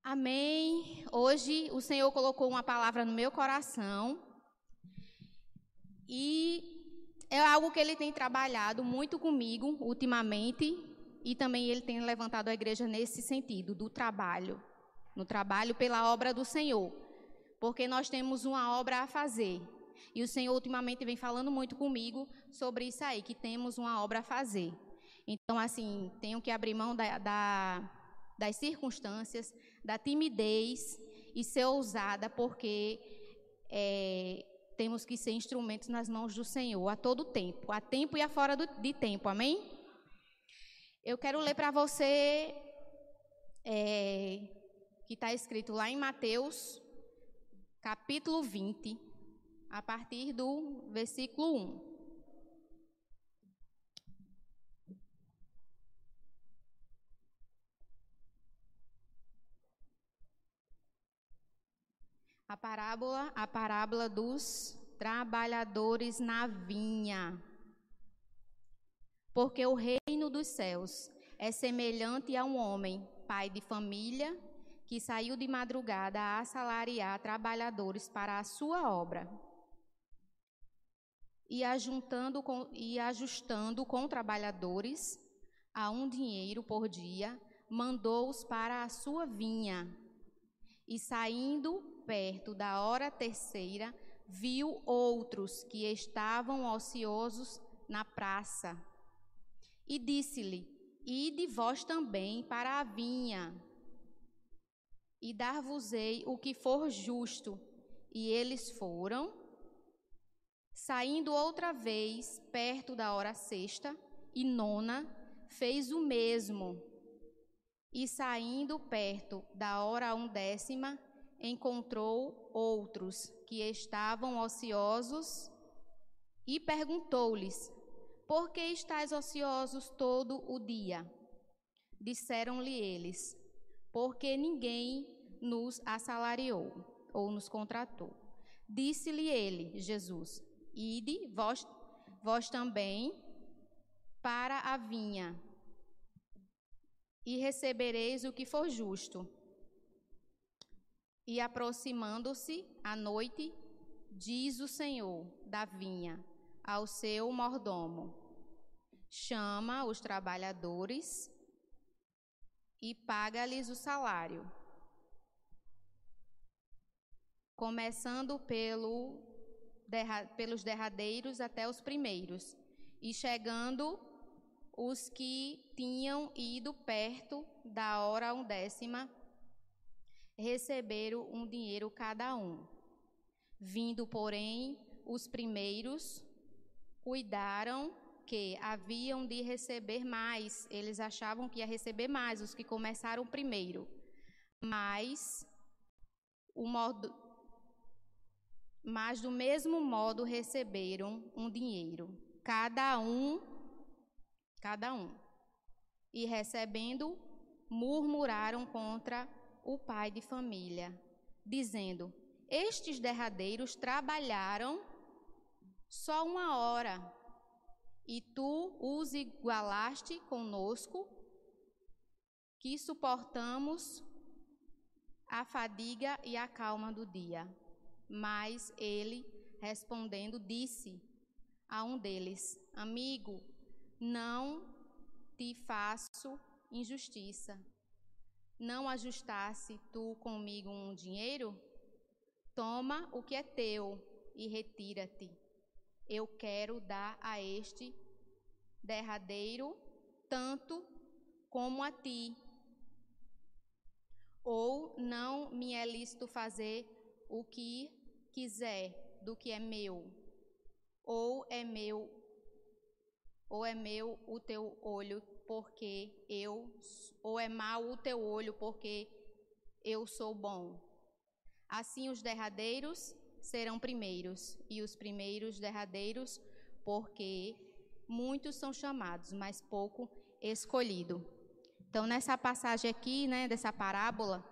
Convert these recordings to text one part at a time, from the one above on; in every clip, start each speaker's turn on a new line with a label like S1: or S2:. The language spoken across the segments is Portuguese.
S1: Amém. Hoje o Senhor colocou uma palavra no meu coração e é algo que Ele tem trabalhado muito comigo ultimamente e também Ele tem levantado a igreja nesse sentido, do trabalho, no trabalho pela obra do Senhor, porque nós temos uma obra a fazer e o Senhor ultimamente vem falando muito comigo sobre isso aí, que temos uma obra a fazer. Então, assim, tenho que abrir mão das circunstâncias, da timidez e ser ousada, porque temos que ser instrumentos nas mãos do Senhor a todo tempo, a tempo e a fora de tempo, amém? Eu quero ler para você que está escrito lá em Mateus, capítulo 20, a partir do versículo 1. A parábola dos trabalhadores na vinha. Porque o reino dos céus é semelhante a um homem, pai de família, que saiu de madrugada a assalariar trabalhadores para a sua obra. E ajustando com trabalhadores a um dinheiro por dia, mandou-os para a sua vinha. E saindo perto da hora terceira, viu outros que estavam ociosos na praça. E disse-lhe: Ide vós também para a vinha, e dar-vos-ei o que for justo. E eles foram. Saindo outra vez, perto da hora sexta e nona, fez o mesmo. E saindo perto da hora 11ª, encontrou outros que estavam ociosos e perguntou-lhes: Por que estáis ociosos todo o dia? Disseram-lhe eles: Porque ninguém nos assalariou ou nos contratou. Disse-lhe ele, Jesus: Ide vós também para a vinha, e recebereis o que for justo. E aproximando-se a noite, diz o Senhor da vinha ao seu mordomo: Chama os trabalhadores e paga-lhes o salário, começando pelos derradeiros até os primeiros, e chegando os que tinham ido perto da hora 11ª, receberam um dinheiro cada um. Vindo, porém, os primeiros, cuidaram que haviam de receber mais. Eles achavam que ia receber mais, os que começaram primeiro. Mas do mesmo modo receberam um dinheiro, cada um. E recebendo, murmuraram contra o pai de família, dizendo: Estes derradeiros trabalharam só 1 hora, e tu os igualaste conosco, que suportamos a fadiga e a calma do dia. Mas ele, respondendo, disse a um deles: Amigo, não te faço injustiça. Não ajustasse tu comigo um dinheiro? Toma o que é teu e retira-te. Eu quero dar a este derradeiro tanto como a ti. Ou não me é lícito fazer o que quiser do que é meu? Ou é meu o teu olho, ou é mau o teu olho, porque eu sou bom? Assim os derradeiros serão primeiros, e os primeiros derradeiros, porque muitos são chamados, mas pouco escolhido. Então, nessa passagem aqui, dessa parábola,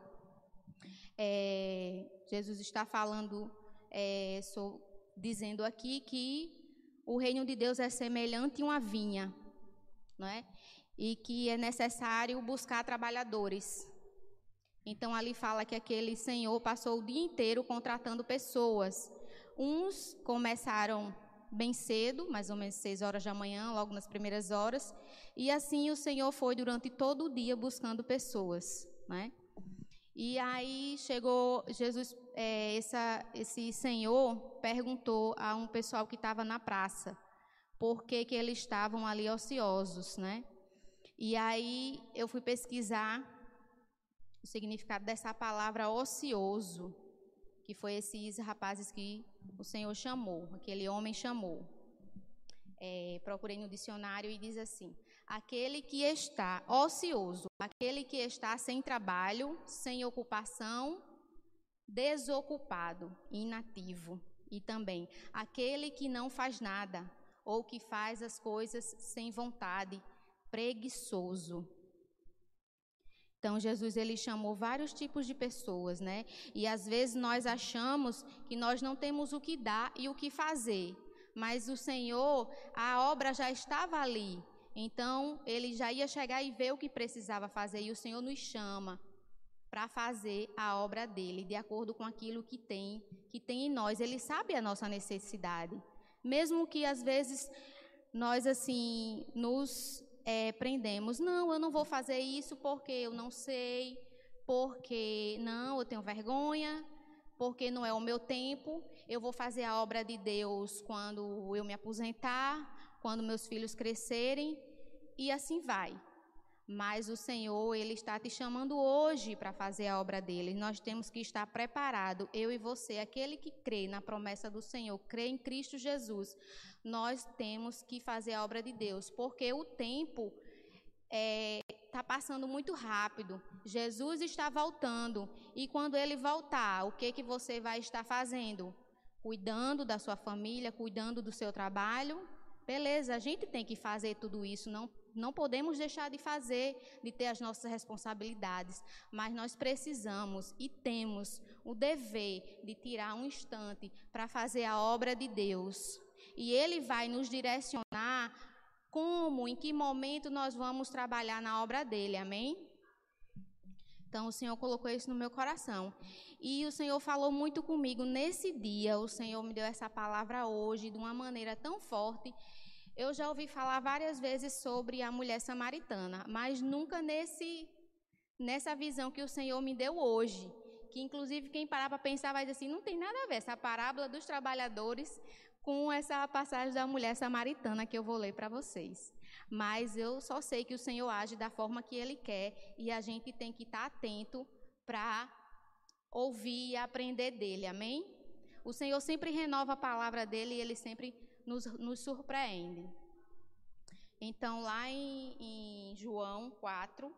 S1: Jesus está falando, dizendo aqui que o reino de Deus é semelhante a uma vinha, não é? E que é necessário buscar trabalhadores. Então, ali fala que aquele senhor passou o dia inteiro contratando pessoas. Uns começaram bem cedo, mais ou menos 6 horas da manhã, logo nas primeiras horas, e assim o Senhor foi durante todo o dia buscando pessoas, né? E aí chegou Jesus, esse senhor perguntou a um pessoal que estava na praça por que eles estavam ali ociosos, né? E aí eu fui pesquisar o significado dessa palavra ocioso, que foi esses rapazes que o Senhor chamou, aquele homem chamou. Procurei no dicionário e diz assim: aquele que está ocioso, aquele que está sem trabalho, sem ocupação, desocupado, inativo. E também aquele que não faz nada, ou que faz as coisas sem vontade, preguiçoso. Então, Jesus, ele chamou vários tipos de pessoas, né? E às vezes nós achamos que nós não temos o que dar e o que fazer. Mas o Senhor, a obra já estava ali. Então, ele já ia chegar e ver o que precisava fazer. E o Senhor nos chama para fazer a obra dele, de acordo com aquilo que tem em nós. Ele sabe a nossa necessidade. Mesmo que às vezes nós, assim, nos prendemos. Não, eu não vou fazer isso porque eu não sei, porque não, eu tenho vergonha, porque não é o meu tempo. Eu vou fazer a obra de Deus quando eu me aposentar, quando meus filhos crescerem, e assim vai. Mas o Senhor, ele está te chamando hoje para fazer a obra dele. Nós temos que estar preparados, eu e você, aquele que crê na promessa do Senhor, crê em Cristo Jesus. Nós temos que fazer a obra de Deus, porque o tempo está passando muito rápido. Jesus está voltando, e quando ele voltar, o que você vai estar fazendo? Cuidando da sua família, cuidando do seu trabalho? Beleza, a gente tem que fazer tudo isso, não podemos deixar de fazer, de ter as nossas responsabilidades, mas nós precisamos e temos o dever de tirar um instante para fazer a obra de Deus. E Ele vai nos direcionar como, em que momento nós vamos trabalhar na obra dEle, amém? Então, o Senhor colocou isso no meu coração. E o Senhor falou muito comigo nesse dia. O Senhor me deu essa palavra hoje de uma maneira tão forte. Eu já ouvi falar várias vezes sobre a mulher samaritana, mas nunca nessa visão que o Senhor me deu hoje. Que, inclusive, quem parar para pensar vai dizer assim, não tem nada a ver essa parábola dos trabalhadores com essa passagem da mulher samaritana que eu vou ler para vocês. Mas eu só sei que o Senhor age da forma que Ele quer e a gente tem que estar atento para ouvir e aprender dEle, amém? O Senhor sempre renova a palavra dEle e Ele sempre nos surpreende. Então, lá em João 4,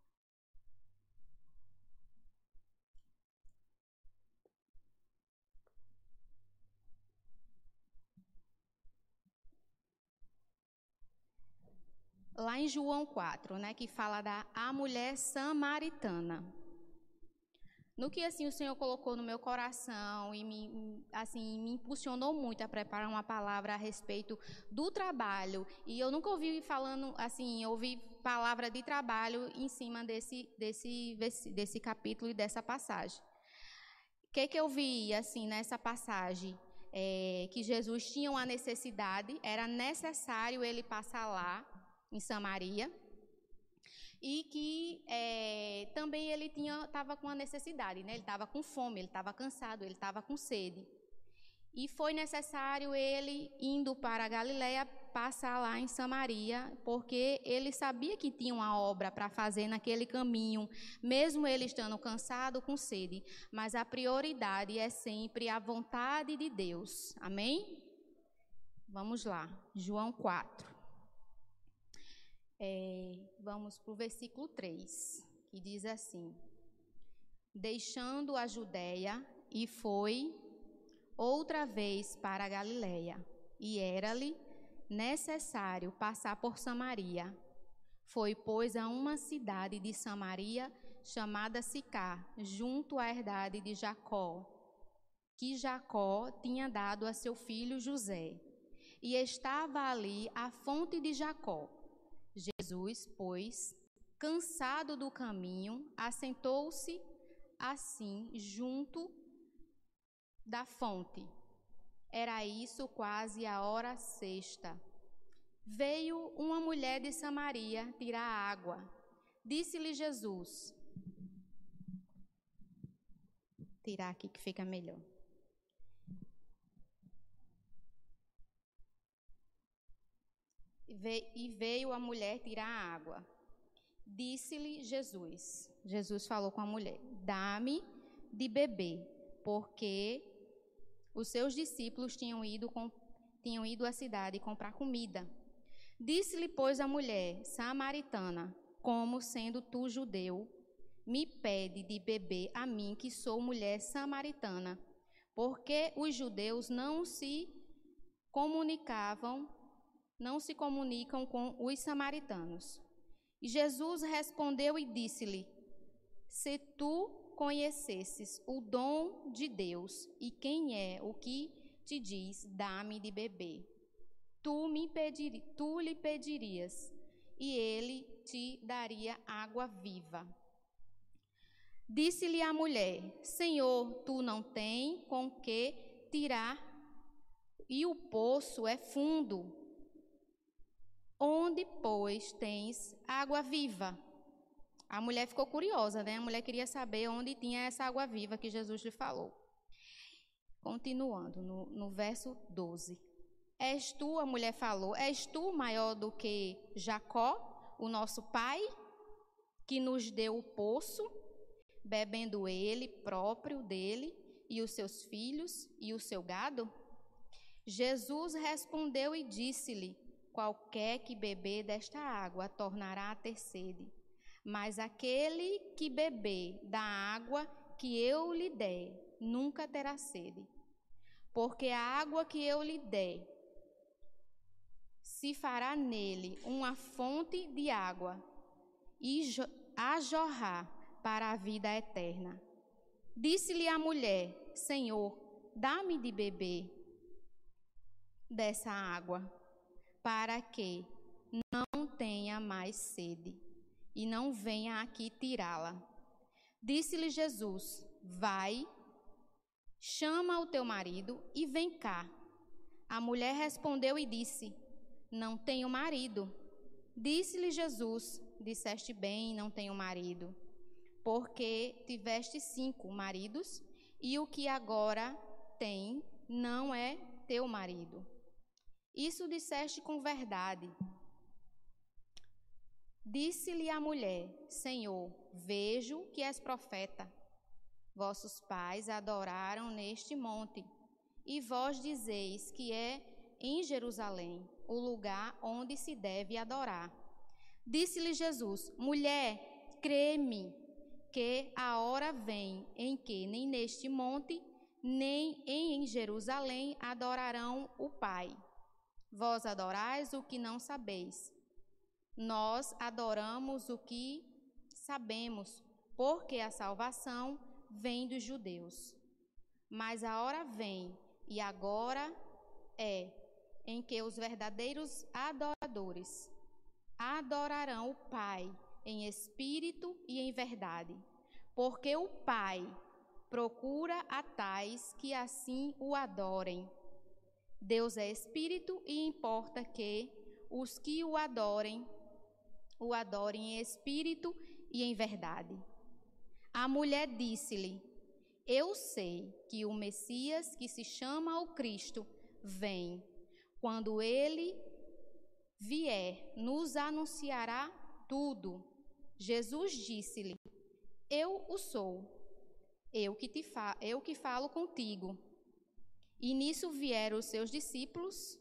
S1: lá em João 4, né, que fala da a mulher samaritana. No que assim o Senhor colocou no meu coração e me impulsionou muito a preparar uma palavra a respeito do trabalho. E eu nunca ouvi falando assim, ouvi palavra de trabalho em cima desse capítulo e dessa passagem. O que eu vi assim nessa passagem? Que Jesus tinha uma necessidade, era necessário ele passar lá em Samaria. E que também ele estava com uma necessidade, né? Ele estava com fome, ele estava cansado, ele estava com sede. E foi necessário ele, indo para a Galileia, passar lá em Samaria, porque ele sabia que tinha uma obra para fazer naquele caminho, mesmo ele estando cansado, com sede. Mas a prioridade é sempre a vontade de Deus. Amém? Vamos lá, João 4. Vamos para o versículo 3, que diz assim: deixando a Judéia, e foi outra vez para a Galileia, e era-lhe necessário passar por Samaria. Foi, pois, a uma cidade de Samaria, chamada Sicar, junto à herdade de Jacó, que Jacó tinha dado a seu filho José. E estava ali a fonte de Jacó. Jesus, pois, cansado do caminho, assentou-se assim junto da fonte. Era isso quase a hora sexta. Veio uma mulher de Samaria tirar água. Disse-lhe Jesus... Tirar aqui que fica melhor. E veio a mulher tirar a água. Disse-lhe Jesus. Jesus falou com a mulher: dá-me de beber, porque os seus discípulos tinham ido à cidade comprar comida. Disse-lhe, pois, a mulher samaritana: como sendo tu judeu, me pede de beber a mim, que sou mulher samaritana? Porque os judeus não se comunicam com os samaritanos. E Jesus respondeu e disse-lhe: se tu conhecesses o dom de Deus e quem é o que te diz, dá-me de beber, tu lhe pedirias e ele te daria água viva. Disse-lhe a mulher: Senhor, tu não tens com que tirar, e o poço é fundo. Onde, pois, tens água viva? A mulher ficou curiosa, né? A mulher queria saber onde tinha essa água viva que Jesus lhe falou. Continuando, no verso 12. És tu, a mulher falou, és tu maior do que Jacó, o nosso pai, que nos deu o poço, bebendo ele próprio dele, e os seus filhos, e o seu gado? Jesus respondeu e disse-lhe: qualquer que beber desta água tornará a ter sede, mas aquele que beber da água que eu lhe der, nunca terá sede. Porque a água que eu lhe der se fará nele uma fonte de água a jorrar para a vida eterna. Disse-lhe a mulher: Senhor, dá-me de beber dessa água, para que não tenha mais sede e não venha aqui tirá-la. Disse-lhe Jesus: vai, chama o teu marido e vem cá. A mulher respondeu e disse: não tenho marido. Disse-lhe Jesus: disseste bem, não tenho marido, porque tiveste 5 maridos, e o que agora tem não é teu marido. Isso disseste com verdade. Disse-lhe a mulher: Senhor, vejo que és profeta. Vossos pais adoraram neste monte, e vós dizeis que é em Jerusalém o lugar onde se deve adorar. Disse-lhe Jesus: mulher, crê-me, que a hora vem em que nem neste monte, nem em Jerusalém adorarão o Pai. Vós adorais o que não sabeis. Nós adoramos o que sabemos, porque a salvação vem dos judeus. Mas a hora vem, e agora é, em que os verdadeiros adoradores adorarão o Pai em espírito e em verdade, porque o Pai procura a tais que assim o adorem. Deus é espírito e importa que os que o adorem em espírito e em verdade. A mulher disse-lhe: eu sei que o Messias, que se chama o Cristo, vem. Quando ele vier, nos anunciará tudo. Jesus disse-lhe: eu o sou, eu que falo contigo. E nisso vieram os seus discípulos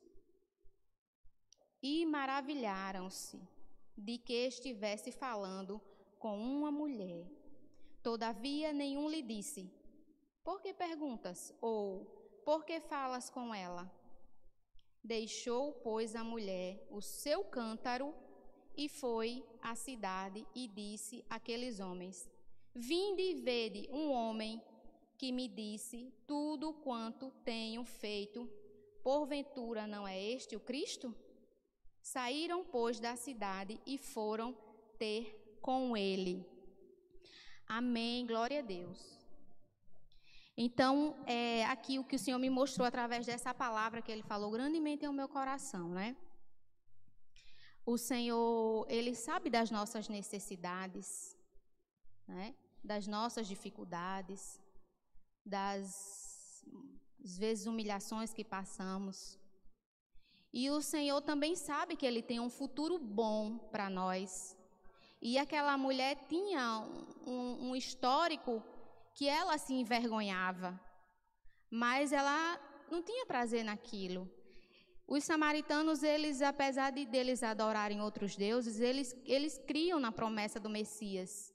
S1: e maravilharam-se de que estivesse falando com uma mulher. Todavia nenhum lhe disse: por que perguntas? Ou por que falas com ela? Deixou, pois, a mulher o seu cântaro e foi à cidade e disse àqueles homens: vinde e vede um homem que me disse tudo quanto tenho feito. Porventura não é este o Cristo? Saíram, pois, da cidade e foram ter com ele. Amém, glória a Deus. Então, aqui o que o Senhor me mostrou através dessa palavra que Ele falou grandemente ao meu coração, né? O Senhor, Ele sabe das nossas necessidades, né? Das nossas dificuldades, das, às vezes, humilhações que passamos. E o Senhor também sabe que Ele tem um futuro bom para nós. E aquela mulher tinha um histórico que ela se envergonhava, mas ela não tinha prazer naquilo. Os samaritanos, eles, apesar de deles adorarem outros deuses, eles criam na promessa do Messias.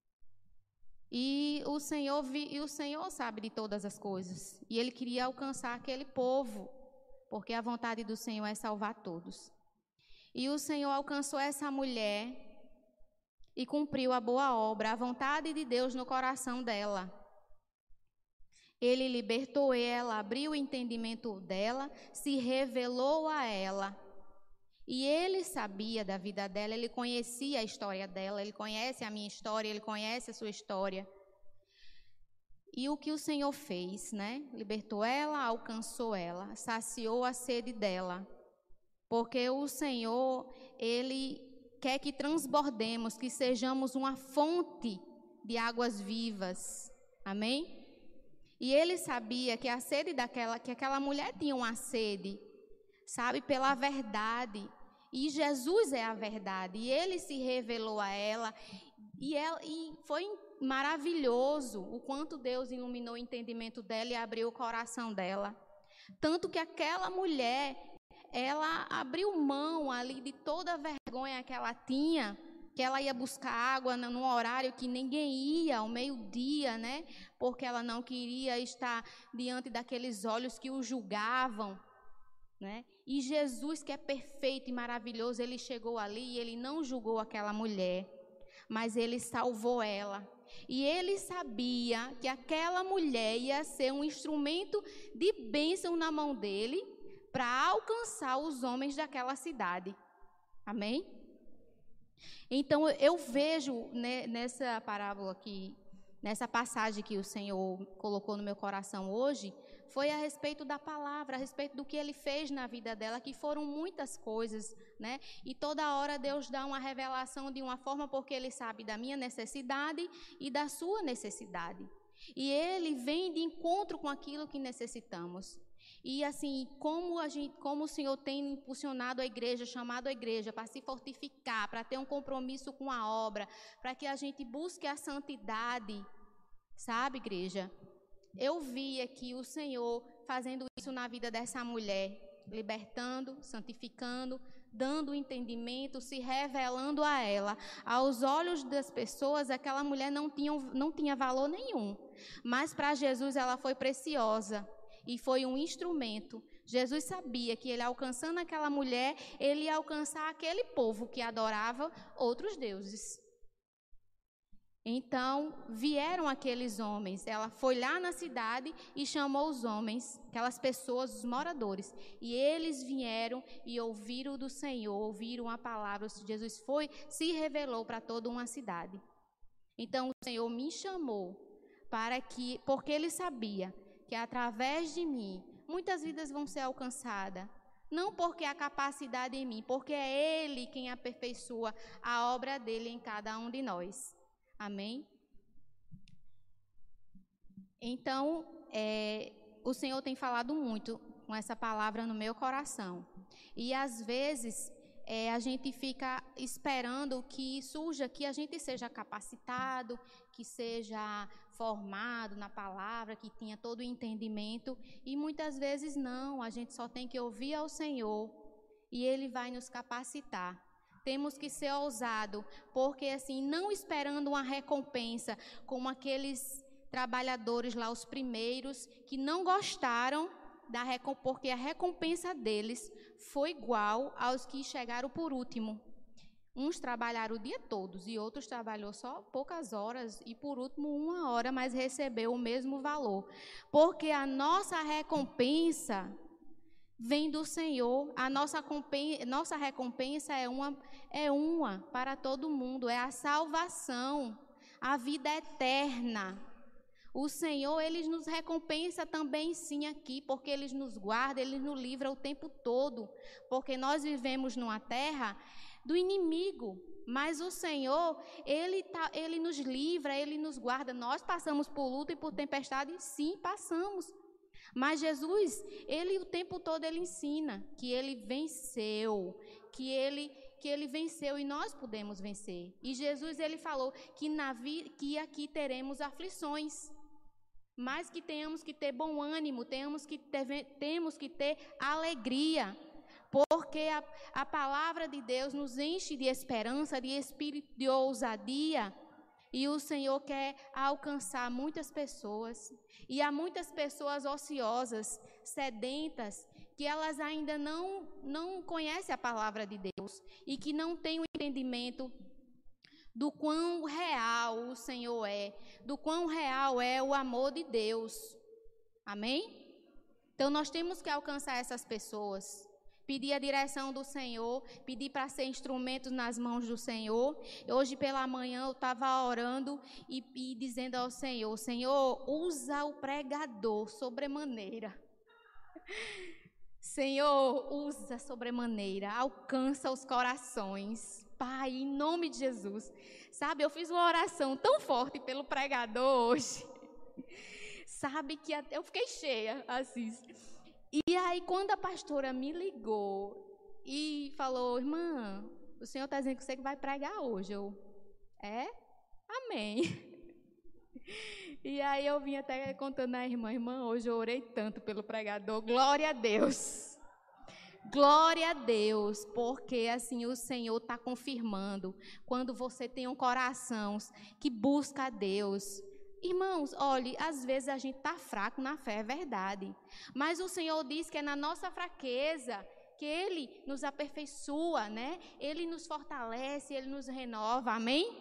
S1: E o Senhor sabe de todas as coisas. E Ele queria alcançar aquele povo, porque a vontade do Senhor é salvar todos. E o Senhor alcançou essa mulher e cumpriu a boa obra, a vontade de Deus no coração dela. Ele libertou ela, abriu o entendimento dela, se revelou a ela. E Ele sabia da vida dela, Ele conhecia a história dela, Ele conhece a minha história, Ele conhece a sua história. E o que o Senhor fez, né? Libertou ela, alcançou ela, saciou a sede dela. Porque o Senhor, Ele quer que transbordemos, que sejamos uma fonte de águas vivas. Amém? E Ele sabia que a sede que aquela mulher tinha uma sede, sabe, pela verdade. E Jesus é a verdade. E Ele se revelou a ela. E foi maravilhoso o quanto Deus iluminou o entendimento dela e abriu o coração dela. Tanto que aquela mulher, ela abriu mão ali de toda a vergonha que ela tinha, que ela ia buscar água num horário que ninguém ia, ao meio-dia, né? Porque ela não queria estar diante daqueles olhos que o julgavam, né? E Jesus, que é perfeito e maravilhoso, Ele chegou ali e Ele não julgou aquela mulher, mas Ele salvou ela. E Ele sabia que aquela mulher ia ser um instrumento de bênção na mão dEle para alcançar os homens daquela cidade. Amém? Então, eu vejo nessa parábola aqui, nessa passagem que o Senhor colocou no meu coração hoje, foi a respeito da palavra, a respeito do que Ele fez na vida dela, que foram muitas coisas, né? E toda hora Deus dá uma revelação de uma forma, porque Ele sabe da minha necessidade e da sua necessidade. E Ele vem de encontro com aquilo que necessitamos. E assim, como o Senhor tem impulsionado a igreja, chamado a igreja para se fortificar, para ter um compromisso com a obra, para que a gente busque a santidade, sabe, igreja? Eu vi aqui o Senhor fazendo isso na vida dessa mulher, libertando, santificando, dando entendimento, se revelando a ela. Aos olhos das pessoas, aquela mulher não tinha valor nenhum, mas para Jesus ela foi preciosa. E foi um instrumento. Jesus sabia que Ele, alcançando aquela mulher, Ele ia alcançar aquele povo que adorava outros deuses. Então, vieram aqueles homens. Ela foi lá na cidade e chamou os homens, aquelas pessoas, os moradores. E eles vieram e ouviram do Senhor, ouviram a palavra. Jesus se revelou para toda uma cidade. Então, o Senhor me chamou porque Ele sabia que através de mim, muitas vidas vão ser alcançadas. Não porque há capacidade em mim, porque é Ele quem aperfeiçoa a obra dEle em cada um de nós. Amém? Então, o Senhor tem falado muito com essa palavra no meu coração. E às vezes, a gente fica esperando que surja, que a gente seja capacitado, que seja formado na palavra, que tenha todo o entendimento, e muitas vezes não, a gente só tem que ouvir ao Senhor e Ele vai nos capacitar. Temos que ser ousados, porque assim, não esperando uma recompensa, como aqueles trabalhadores lá, os primeiros, que não gostaram, porque a recompensa deles foi igual aos que chegaram por último. Uns trabalharam o dia todo e outros trabalhou só poucas horas e por último 1 hora, mas recebeu o mesmo valor. Porque a nossa recompensa vem do Senhor. A nossa recompensa é uma para todo mundo, é a salvação. a vida eterna. O Senhor, Ele nos recompensa também sim aqui, porque Ele nos guarda, Ele nos livra o tempo todo, porque nós vivemos numa terra do inimigo, mas o Senhor, Ele nos livra, Ele nos guarda. Nós passamos por luta e por tempestade, sim, passamos. Mas Jesus, Ele o tempo todo Ele ensina que Ele venceu, que Ele venceu e nós podemos vencer. E Jesus, Ele falou que aqui teremos aflições, mas que tenhamos que ter bom ânimo, temos que ter alegria, porque a palavra de Deus nos enche de esperança, de espírito de ousadia, e o Senhor quer alcançar muitas pessoas, e há muitas pessoas ociosas, sedentas, que elas ainda não conhecem a palavra de Deus, e que não têm o entendimento do quão real o Senhor é, do quão real é o amor de Deus. Amém? Então nós temos que alcançar essas pessoas, pedir a direção do Senhor, pedir para ser instrumentos nas mãos do Senhor. Hoje pela manhã eu estava orando e dizendo ao Senhor: Senhor, usa o pregador sobremaneira. Senhor, usa sobremaneira, alcança os corações. Pai, em nome de Jesus. Sabe, eu fiz uma oração tão forte pelo pregador hoje. Sabe, que eu fiquei cheia, assim. E aí, quando a pastora me ligou e falou: irmã, o Senhor está dizendo que você vai pregar hoje. Amém. E aí eu vim até contando à irmã, hoje eu orei tanto pelo pregador, glória a Deus. Glória a Deus, porque assim o Senhor está confirmando, quando você tem um coração que busca a Deus. Irmãos, olhe, às vezes a gente está fraco na fé, é verdade, mas o Senhor diz que é na nossa fraqueza que Ele nos aperfeiçoa, né? Ele nos fortalece, Ele nos renova, amém?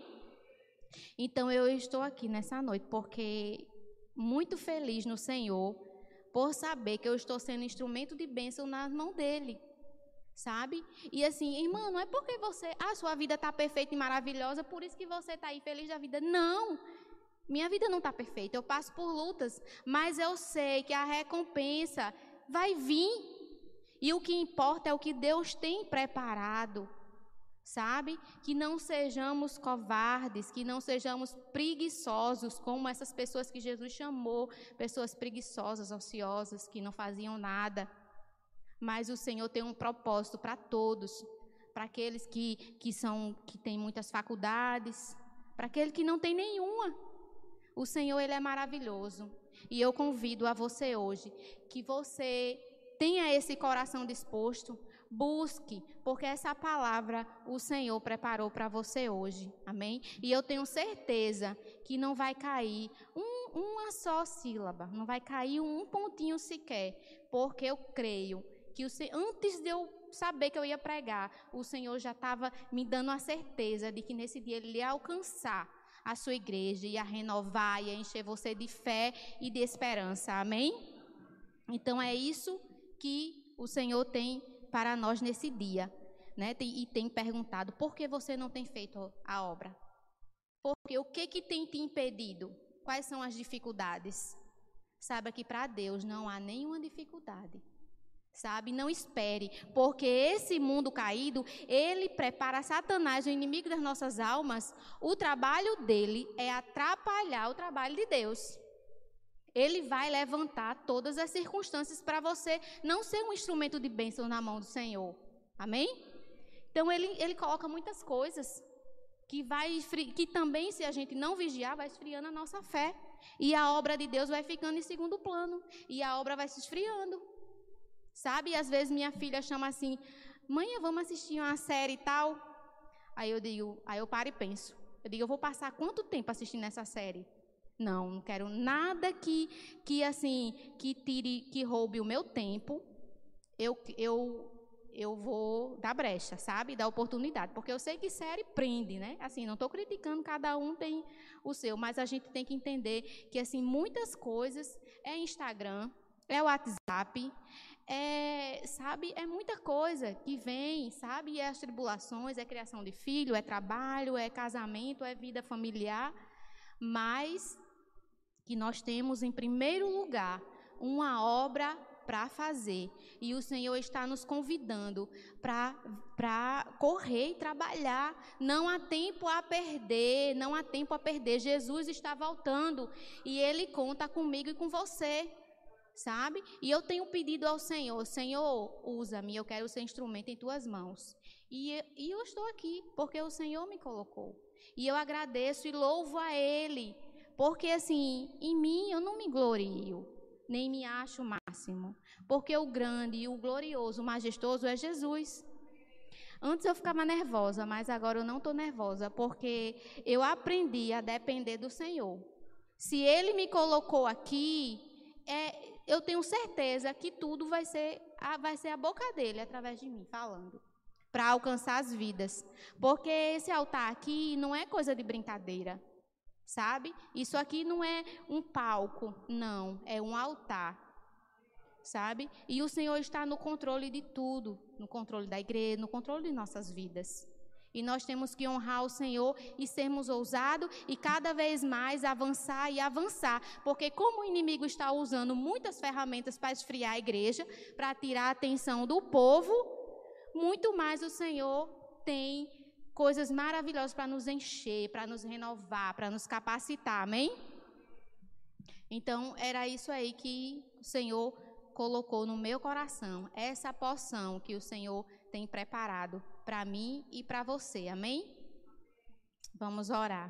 S1: Então eu estou aqui nessa noite porque muito feliz no Senhor, por saber que eu estou sendo instrumento de bênção nas mãos dele, sabe? E assim, irmã, não é porque a sua vida está perfeita e maravilhosa, por isso que você está aí feliz da vida. Não, minha vida não está perfeita, eu passo por lutas, mas eu sei que a recompensa vai vir, e o que importa é o que Deus tem preparado, sabe? Que não sejamos covardes, que não sejamos preguiçosos, como essas pessoas que Jesus chamou, pessoas preguiçosas, ociosas, que não faziam nada. Mas o Senhor tem um propósito para todos, para aqueles que têm muitas faculdades, para aquele que não tem nenhuma. O Senhor, Ele é maravilhoso. E eu convido a você hoje, que você tenha esse coração disposto, busque, porque essa palavra o Senhor preparou para você hoje, amém? E eu tenho certeza que não vai cair uma só sílaba, não vai cair um pontinho sequer, porque eu creio que antes de eu saber que eu ia pregar, o Senhor já estava me dando a certeza de que nesse dia Ele ia alcançar a sua igreja, ia renovar, ia encher você de fé e de esperança, amém? Então é isso que o Senhor tem para nós nesse dia, né? E tem perguntado: por que você não tem feito a obra? Porque o que tem te impedido? Quais são as dificuldades? Saiba que para Deus não há nenhuma dificuldade, sabe? Não espere, porque esse mundo caído, ele prepara Satanás, o inimigo das nossas almas. O trabalho dele é atrapalhar o trabalho de Deus. Ele vai levantar todas as circunstâncias para você não ser um instrumento de bênção na mão do Senhor. Amém? Então, ele coloca muitas coisas que também, se a gente não vigiar, vai esfriando a nossa fé. E a obra de Deus vai ficando em segundo plano. E a obra vai se esfriando. Sabe? E às vezes minha filha chama assim: mãe, vamos assistir uma série e tal. Aí eu paro e penso. Eu digo: eu vou passar quanto tempo assistindo essa série? Não quero nada que roube o meu tempo. Eu vou dar brecha, sabe? Dar oportunidade, porque eu sei que série prende, né? Assim, não estou criticando, cada um tem o seu, mas a gente tem que entender que, assim, muitas coisas é Instagram, é WhatsApp, sabe? É muita coisa que vem, sabe? E é as tribulações, é criação de filho, é trabalho, é casamento, é vida familiar. mas que nós temos, em primeiro lugar, uma obra para fazer. E o Senhor está nos convidando para correr e trabalhar. Não há tempo a perder, não há tempo a perder. Jesus está voltando e Ele conta comigo e com você, sabe? E eu tenho pedido ao Senhor: Senhor, usa-me, eu quero ser instrumento em Tuas mãos. E eu estou aqui porque o Senhor me colocou. E eu agradeço e louvo a Ele, porque assim, em mim eu não me glorio, nem me acho o máximo, porque o grande e o glorioso, o majestoso é Jesus. Antes eu ficava nervosa, mas agora eu não estou nervosa, porque eu aprendi a depender do Senhor. Se Ele me colocou aqui, eu tenho certeza que tudo vai ser a boca dele, através de mim, falando, para alcançar as vidas. Porque esse altar aqui não é coisa de brincadeira, sabe? Isso aqui não é um palco, não, é um altar, sabe? E o Senhor está no controle de tudo, no controle da igreja, no controle de nossas vidas. E nós temos que honrar o Senhor e sermos ousados e cada vez mais avançar e avançar. Porque como o inimigo está usando muitas ferramentas para esfriar a igreja, para tirar a atenção do povo, muito mais o Senhor tem coisas maravilhosas para nos encher, para nos renovar, para nos capacitar, amém? Então, era isso aí que o Senhor colocou no meu coração, essa porção que o Senhor tem preparado para mim e para você, amém? Vamos orar.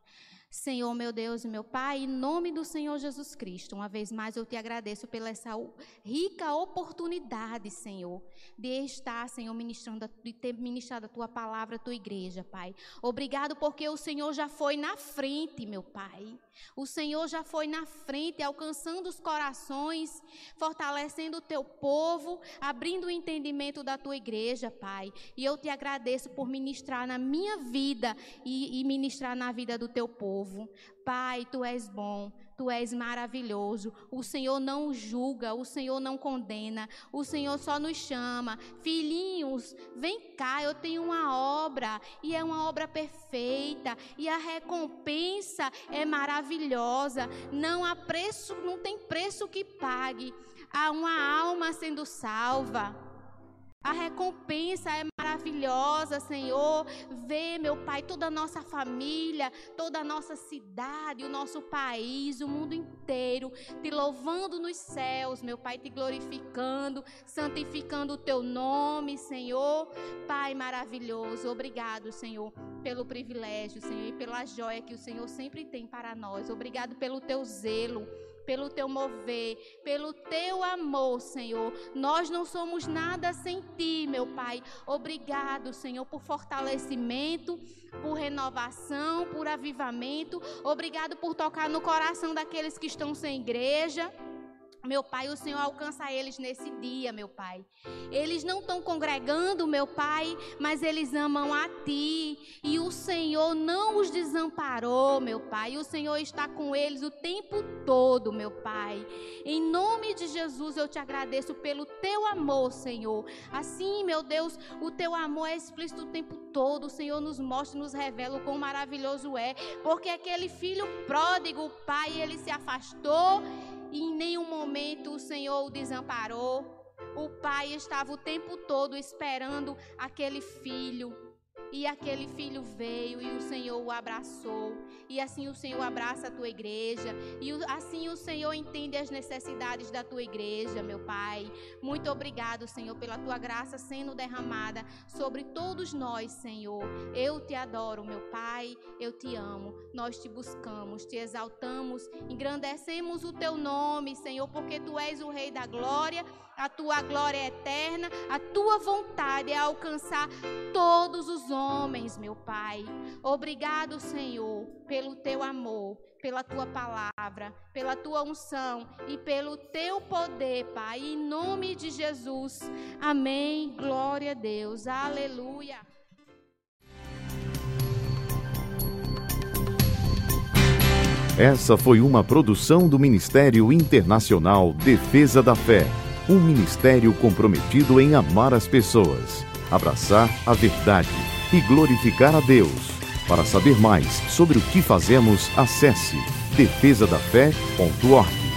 S1: Senhor, meu Deus e meu Pai, em nome do Senhor Jesus Cristo, uma vez mais eu te agradeço pela essa rica oportunidade, Senhor, de estar, Senhor, de ter ministrado a Tua palavra, a Tua igreja, Pai. Obrigado porque o Senhor já foi na frente, meu Pai. O Senhor já foi na frente, alcançando os corações, fortalecendo o Teu povo, abrindo o entendimento da Tua igreja, Pai. E eu te agradeço por ministrar na minha vida e ministrar na vida do Teu povo. Pai, Tu és bom, Tu és maravilhoso. O Senhor não julga, o Senhor não condena, o Senhor só nos chama. Filhinhos, vem cá, eu tenho uma obra, e é uma obra perfeita, e a recompensa é maravilhosa. Não há preço, não tem preço que pague. Há uma alma sendo salva. A recompensa é maravilhosa, Senhor. Vê, meu Pai, toda a nossa família, toda a nossa cidade, o nosso país, o mundo inteiro, te louvando nos céus, meu Pai, te glorificando, santificando o Teu nome, Senhor. Pai maravilhoso, obrigado, Senhor, pelo privilégio, Senhor, e pela joia que o Senhor sempre tem para nós. Obrigado pelo Teu zelo, pelo Teu mover, pelo Teu amor, Senhor. Nós não somos nada sem Ti, meu Pai. Obrigado, Senhor, por fortalecimento, por renovação, por avivamento. Obrigado por tocar no coração daqueles que estão sem igreja. Meu Pai, o Senhor alcança eles nesse dia, meu Pai. Eles não estão congregando, meu Pai, mas eles amam a Ti. E o Senhor não os desamparou, meu Pai. E o Senhor está com eles o tempo todo, meu Pai. Em nome de Jesus, eu te agradeço pelo Teu amor, Senhor. Assim, meu Deus, o Teu amor é explícito o tempo todo. O Senhor nos mostra, nos revela o quão maravilhoso é. Porque aquele filho pródigo, o pai, ele se afastou, e em nenhum momento o Senhor o desamparou. O pai estava o tempo todo esperando aquele filho. E aquele filho veio e o Senhor o abraçou. E assim o Senhor abraça a Tua igreja. E assim o Senhor entende as necessidades da Tua igreja, meu Pai. Muito obrigado, Senhor, pela Tua graça sendo derramada sobre todos nós, Senhor. Eu te adoro, meu Pai. Eu te amo. Nós te buscamos, te exaltamos, engrandecemos o Teu nome, Senhor, porque Tu és o Rei da glória. A Tua glória é eterna. A Tua vontade é alcançar todos os homens, meu Pai. Obrigado, Senhor, pelo Teu amor, pela Tua palavra, pela Tua unção e pelo Teu poder, Pai. Em nome de Jesus. Amém. Glória a Deus. Aleluia.
S2: Essa foi uma produção do Ministério Internacional Defesa da Fé. Um ministério comprometido em amar as pessoas, abraçar a verdade e glorificar a Deus. Para saber mais sobre o que fazemos, acesse defesadafé.org.